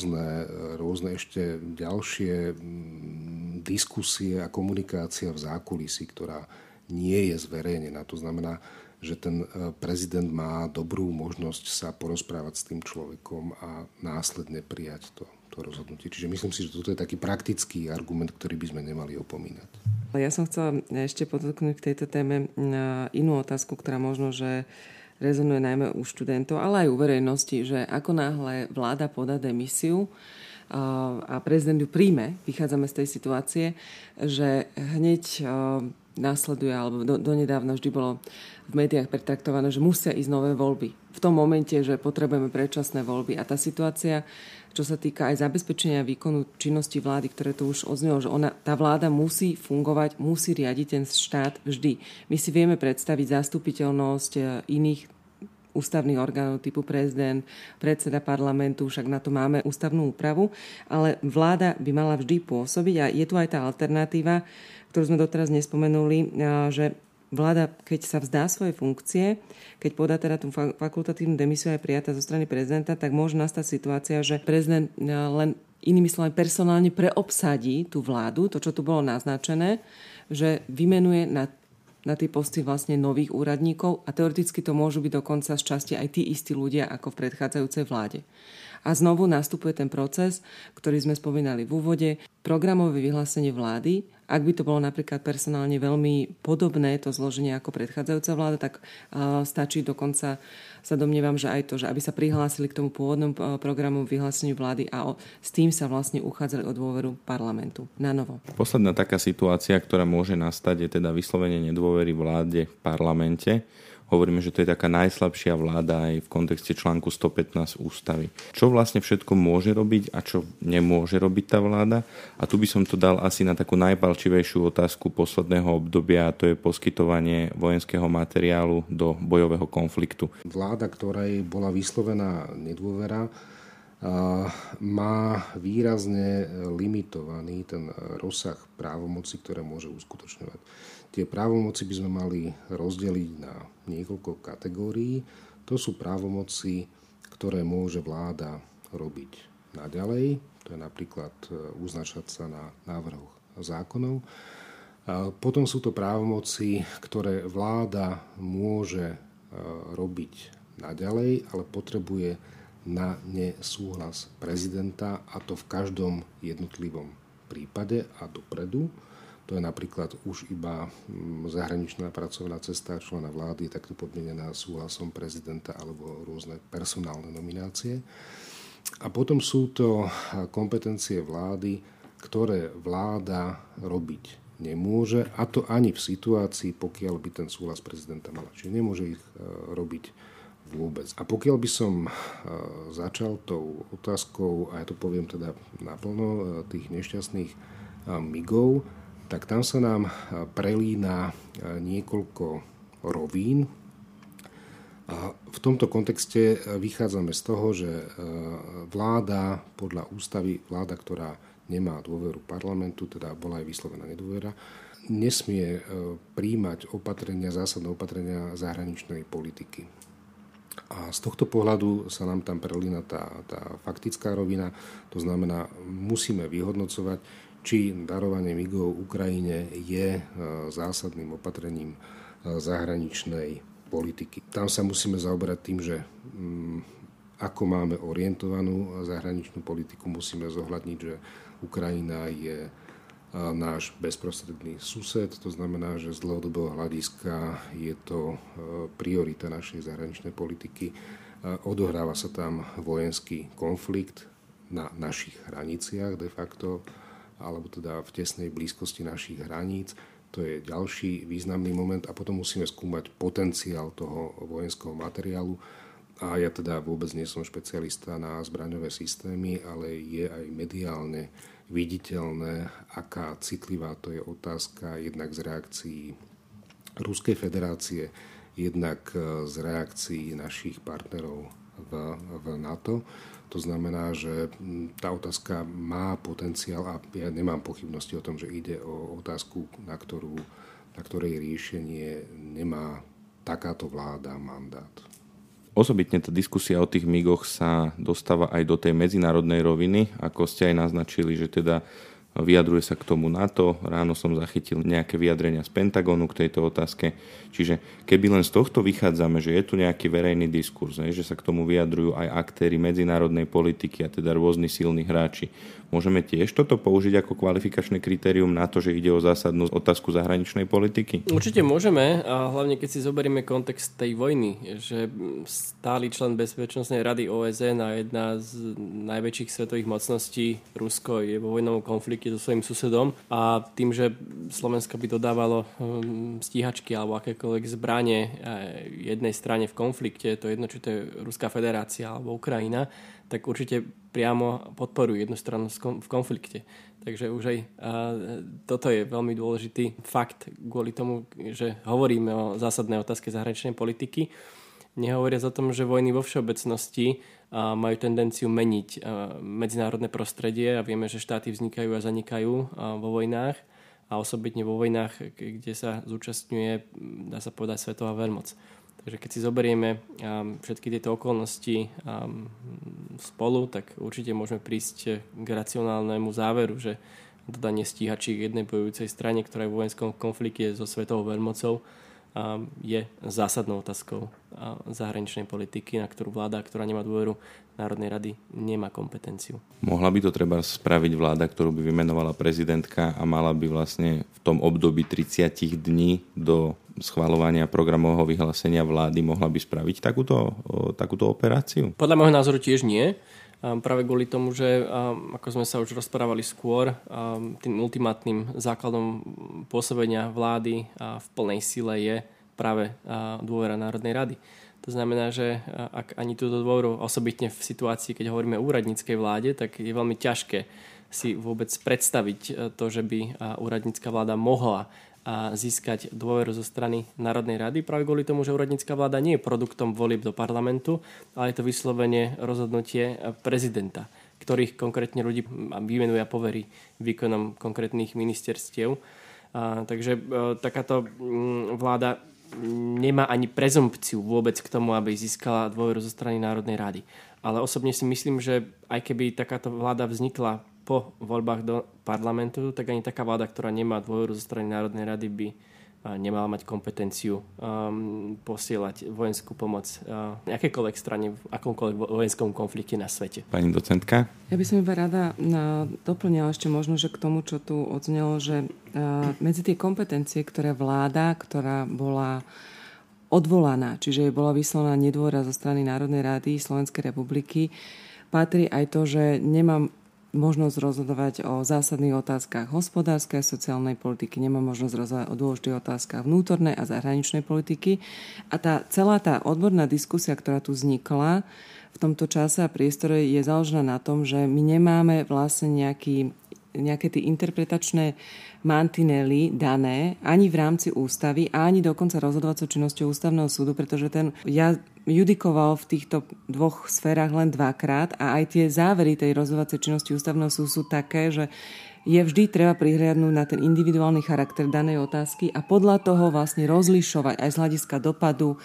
rôzne ešte ďalšie diskusie a komunikácia v zákulisí, ktorá nie je zverejnená. To znamená, že ten prezident má dobrú možnosť sa porozprávať s tým človekom a následne prijať to rozhodnutie. Čiže myslím si, že toto je taký praktický argument, ktorý by sme nemali opomínať. Ja som chcela ešte podotknúť k tejto téme inú otázku, ktorá možno, že rezonuje najmä u študentov, ale aj u verejnosti, že ako náhle vláda podá demisiu a prezident ju príjme, vychádzame z tej situácie, že hneď následuje, alebo donedávna vždy bolo v médiách pretraktované, že musia ísť nové voľby. V tom momente, že potrebujeme predčasné voľby. A tá situácia, čo sa týka aj zabezpečenia výkonu činnosti vlády, ktoré to už odznelo, že tá vláda musí fungovať, musí riadiť ten štát vždy. My si vieme predstaviť zastupiteľnosť iných ústavných orgánov typu prezident, predseda parlamentu, však na to máme ústavnú úpravu, ale vláda by mala vždy pôsobiť a je tu aj tá alternatíva, ktorú sme doteraz nespomenuli, že vláda, keď sa vzdá svoje funkcie, keď podá teda tú fakultatívnu demisiu aj prijatá zo strany prezidenta, tak môže nastať situácia, že prezident len inými slovami personálne preobsadí tú vládu, to, čo tu bolo naznačené, že vymenuje na tie posty vlastne nových úradníkov a teoreticky to môžu byť dokonca z časti aj tí istí ľudia ako v predchádzajúcej vláde. A znovu nastupuje ten proces, ktorý sme spomínali v úvode, programové vyhlásenie vlády. Ak by to bolo napríklad personálne veľmi podobné to zloženie ako predchádzajúca vláda, tak stačí dokonca, sa domnievam, že aj to, že aby sa prihlásili k tomu pôvodnému programu vyhláseniu vlády a s tým sa vlastne uchádzali o dôveru parlamentu na novo. Posledná taká situácia, ktorá môže nastať, je teda vyslovenie nedôvery vláde v parlamente. Hovoríme, že to je taká najslabšia vláda aj v kontexte článku 115 ústavy. Čo vlastne všetko môže robiť a čo nemôže robiť tá vláda? A tu by som to dal asi na takú najpalčivejšiu otázku posledného obdobia, a to je poskytovanie vojenského materiálu do bojového konfliktu. Vláda, ktorej bola vyslovená nedôvera, má výrazne limitovaný ten rozsah právomoci, ktoré môže uskutočňovať. Tie právomoci by sme mali rozdeliť na niekoľko kategórií. To sú právomoci, ktoré môže vláda robiť naďalej. To je napríklad uznačať sa na návrhoch zákonov. Potom sú to právomoci, ktoré vláda môže robiť naďalej, ale potrebuje na ne súhlas prezidenta, a to v každom jednotlivom prípade a dopredu. To je napríklad už iba zahraničná pracovná cesta člena vlády, takto podmienená súhlasom prezidenta alebo rôzne personálne nominácie. A potom sú to kompetencie vlády, ktoré vláda robiť nemôže, a to ani v situácii, pokiaľ by ten súhlas prezidenta mala. Čiže nemôže ich robiť vôbec. A pokiaľ by som začal tou otázkou, a ja to poviem teda naplno, tých nešťastných migov, tak tam sa nám prelína niekoľko rovín. A v tomto kontexte vychádzame z toho, že vláda, podľa ústavy, vláda, ktorá nemá dôveru parlamentu, teda bola aj vyslovená nedôvera, nesmie prijímať zásadné opatrenia zahraničnej politiky. A z tohto pohľadu sa nám tam prelína tá faktická rovina, to znamená, musíme vyhodnocovať, či darovanie migov Ukrajine je zásadným opatrením zahraničnej politiky. Tam sa musíme zaoberať tým, že ako máme orientovanú zahraničnú politiku, musíme zohľadniť, že Ukrajina je náš bezprostredný sused, to znamená, že z dlhodobého hľadiska je to priorita našej zahraničnej politiky. Odohráva sa tam vojenský konflikt na našich hraniciach de facto, alebo teda v tesnej blízkosti našich hraníc. To je ďalší významný moment, a potom musíme skúmať potenciál toho vojenského materiálu. A ja teda vôbec nie som špecialista na zbraňové systémy, ale je aj mediálne viditeľné, aká citlivá to je otázka, jednak z reakcií Ruskej federácie, jednak z reakcií našich partnerov v NATO. To znamená, že tá otázka má potenciál, a ja nemám pochybnosti o tom, že ide o otázku, na ktorej riešenie nemá takáto vláda mandát. Osobitne tá diskusia o tých migoch sa dostáva aj do tej medzinárodnej roviny, ako ste aj naznačili, že teda vyjadruje sa k tomu NATO. Ráno som zachytil nejaké vyjadrenia z Pentagonu k tejto otázke. Čiže keby len z tohto vychádzame, že je tu nejaký verejný diskurs, že sa k tomu vyjadrujú aj aktéri medzinárodnej politiky, a teda rôzni silní hráči, môžeme tiež toto použiť ako kvalifikačné kritérium na to, že ide o zásadnú otázku zahraničnej politiky? Určite môžeme, a hlavne keď si zoberieme kontext tej vojny, že stály člen Bezpečnostnej rady OSN a jedna z najväčších svetových mocností, Rusko, je vo vojnovom konflikte so svojím susedom, a tým, že Slovensko by dodávalo stíhačky alebo akékoľvek zbranie jednej strane v konflikte, to jedno, či to je Ruská federácia alebo Ukrajina, tak určite priamo podporujú jednu stranu v konflikte. Takže už aj toto je veľmi dôležitý fakt kvôli tomu, že hovoríme o zásadnej otázke zahraničnej politiky. Nehovoriac o tom, že vojny vo všeobecnosti majú tendenciu meniť medzinárodné prostredie, a vieme, že štáty vznikajú a zanikajú vo vojnách, a osobitne vo vojnách, kde sa zúčastňuje, dá sa povedať, svetová veľmoc. Takže keď si zoberieme všetky tieto okolnosti spolu, tak určite môžeme prísť k racionálnemu záveru, že dodanie stíhačiek jednej bojujúcej strane, ktorá je v vojenskom konflikte so svetovou veľmocou, je zásadnou otázkou zahraničnej politiky, na ktorú vláda, ktorá nemá dôveru Národnej rady, nemá kompetenciu. Mohla by to treba spraviť vláda, ktorú by vymenovala prezidentka a mala by vlastne v tom období 30 dní do schvaľovania programového vyhlásenia vlády mohla by spraviť takúto operáciu? Podľa môjho názoru tiež nie. Práve kvôli tomu, že ako sme sa už rozprávali skôr, tým ultimátnym základom pôsobenia vlády v plnej sile je práve dôvera Národnej rady. To znamená, že ak ani túto dôveru, osobitne v situácii, keď hovoríme o úradníckej vláde, tak je veľmi ťažké si vôbec predstaviť to, že by úradnícka vláda mohla získať dôveru zo strany Národnej rady, práve kvôli tomu, že úradnícka vláda nie je produktom volieb do parlamentu, ale je to vyslovene rozhodnutie prezidenta, ktorých konkrétne ľudí vymenuje a poverí výkonom konkrétnych ministerstiev. Takže takáto vláda nemá ani prezumpciu vôbec k tomu, aby získala dôveru zo strany Národnej rady. Ale osobne si myslím, že aj keby takáto vláda vznikla po voľbách do parlamentu, tak ani taká vláda, ktorá nemá dôveru zo strany Národnej rady, by nemala mať kompetenciu posielať vojenskú pomoc akékoľvek strane v akomkoľvek vojenskom konflikte na svete. Pani docentka? Ja by som iba rada doplnila ešte možno, že k tomu, čo tu odznelo, že medzi tie kompetencie, ktorá bola odvolaná, čiže bola vyslovená nedôvera zo strany Národnej rady Slovenskej republiky, patrí aj to, že nemám možnosť rozhodovať o zásadných otázkach hospodárskej a sociálnej politiky, nemá možnosť rozhodovať o dôležitých otázkach vnútornej a zahraničnej politiky. A celá tá odborná diskusia, ktorá tu vznikla v tomto čase a priestore, je založená na tom, že my nemáme vlastne nejaké tie interpretačné mantinely dané ani v rámci ústavy, ani dokonca rozhodovacou činnosťou ústavného súdu, pretože ja judikoval v týchto dvoch sférach len 2-krát a aj tie závery tej rozhodovacej činnosti ústavného súdu sú také, že je vždy treba prihliadnúť na ten individuálny charakter danej otázky a podľa toho vlastne rozlišovať aj z hľadiska dopadu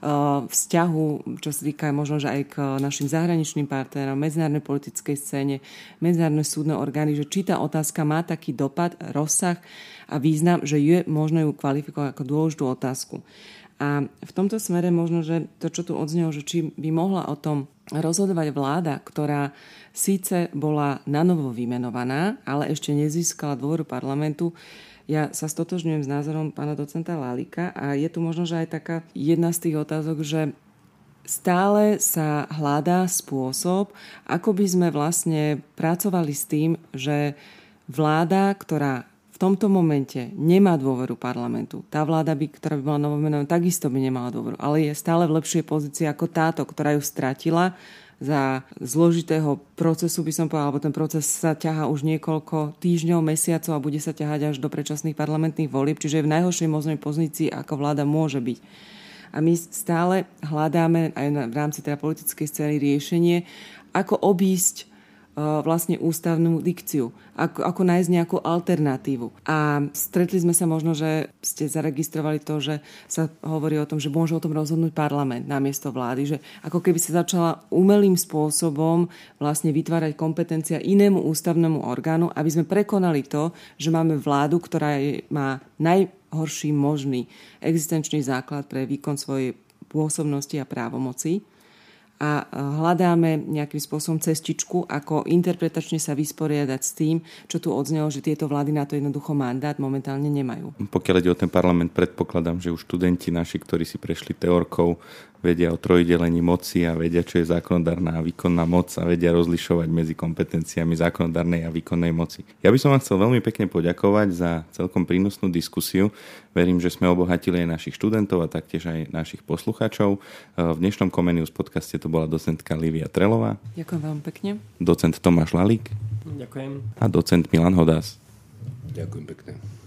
vzťahu, čo sa týka možno, že aj k našim zahraničným partnerom, medzinárodnej politickej scéne, medzinárodné súdne orgány, že či tá otázka má taký dopad, rozsah a význam, že je možné ju kvalifikovať ako dôležitú otázku. A v tomto smere možno, že to, čo tu odznelo, že či by mohla o tom rozhodovať vláda, ktorá síce bola nanovo vymenovaná, ale ešte nezískala dôveru parlamentu. Ja sa stotožňujem s názorom pána docenta Lálika a je tu možno, že aj taká jedna z tých otázok, že stále sa hľadá spôsob, ako by sme vlastne pracovali s tým, že vláda, ktorá v tomto momente nemá dôveru parlamentu. Tá vláda, ktorá by bola novomenovaná, takisto by nemala dôveru, ale je stále v lepšej pozícii ako táto, ktorá ju stratila za zložitého procesu, by som povedala, alebo ten proces sa ťahá už niekoľko týždňov, mesiacov a bude sa ťahať až do predčasných parlamentných volieb, čiže je v najhoršej možnej pozícii, ako vláda môže byť. A my stále hľadáme aj v rámci teda politickej scény riešenie, ako obísť vlastne ústavnú dikciu, ako nájsť nejakú alternatívu. A stretli sme sa možno, že ste zaregistrovali to, že sa hovorí o tom, že môže o tom rozhodnúť parlament namiesto vlády, že ako keby sa začala umelým spôsobom vlastne vytvárať kompetencia inému ústavnému orgánu, aby sme prekonali to, že máme vládu, ktorá má najhorší možný existenčný základ pre výkon svojej pôsobnosti a právomoci. A hľadáme nejakým spôsobom cestičku, ako interpretačne sa vysporiadať s tým, čo tu odznelo, že tieto vlády na to jednoducho mandát momentálne nemajú. Pokiaľ ide o ten parlament, predpokladám, že už študenti naši, ktorí si prešli teórkou, vedia o trojdelení moci a vedia, čo je zákonodárna a výkonná moc a vedia rozlišovať medzi kompetenciami zákonodárnej a výkonnej moci. Ja by som vám chcel veľmi pekne poďakovať za celkom prínosnú diskusiu. Verím, že sme obohatili aj našich študentov a taktiež aj našich poslucháčov. V dnešnom Comenius podcaste to bola docentka Lívia Trelová. Ďakujem veľmi pekne. Docent Tomáš Lalík. Ďakujem. A docent Milan Hodás. Ďakujem pekne.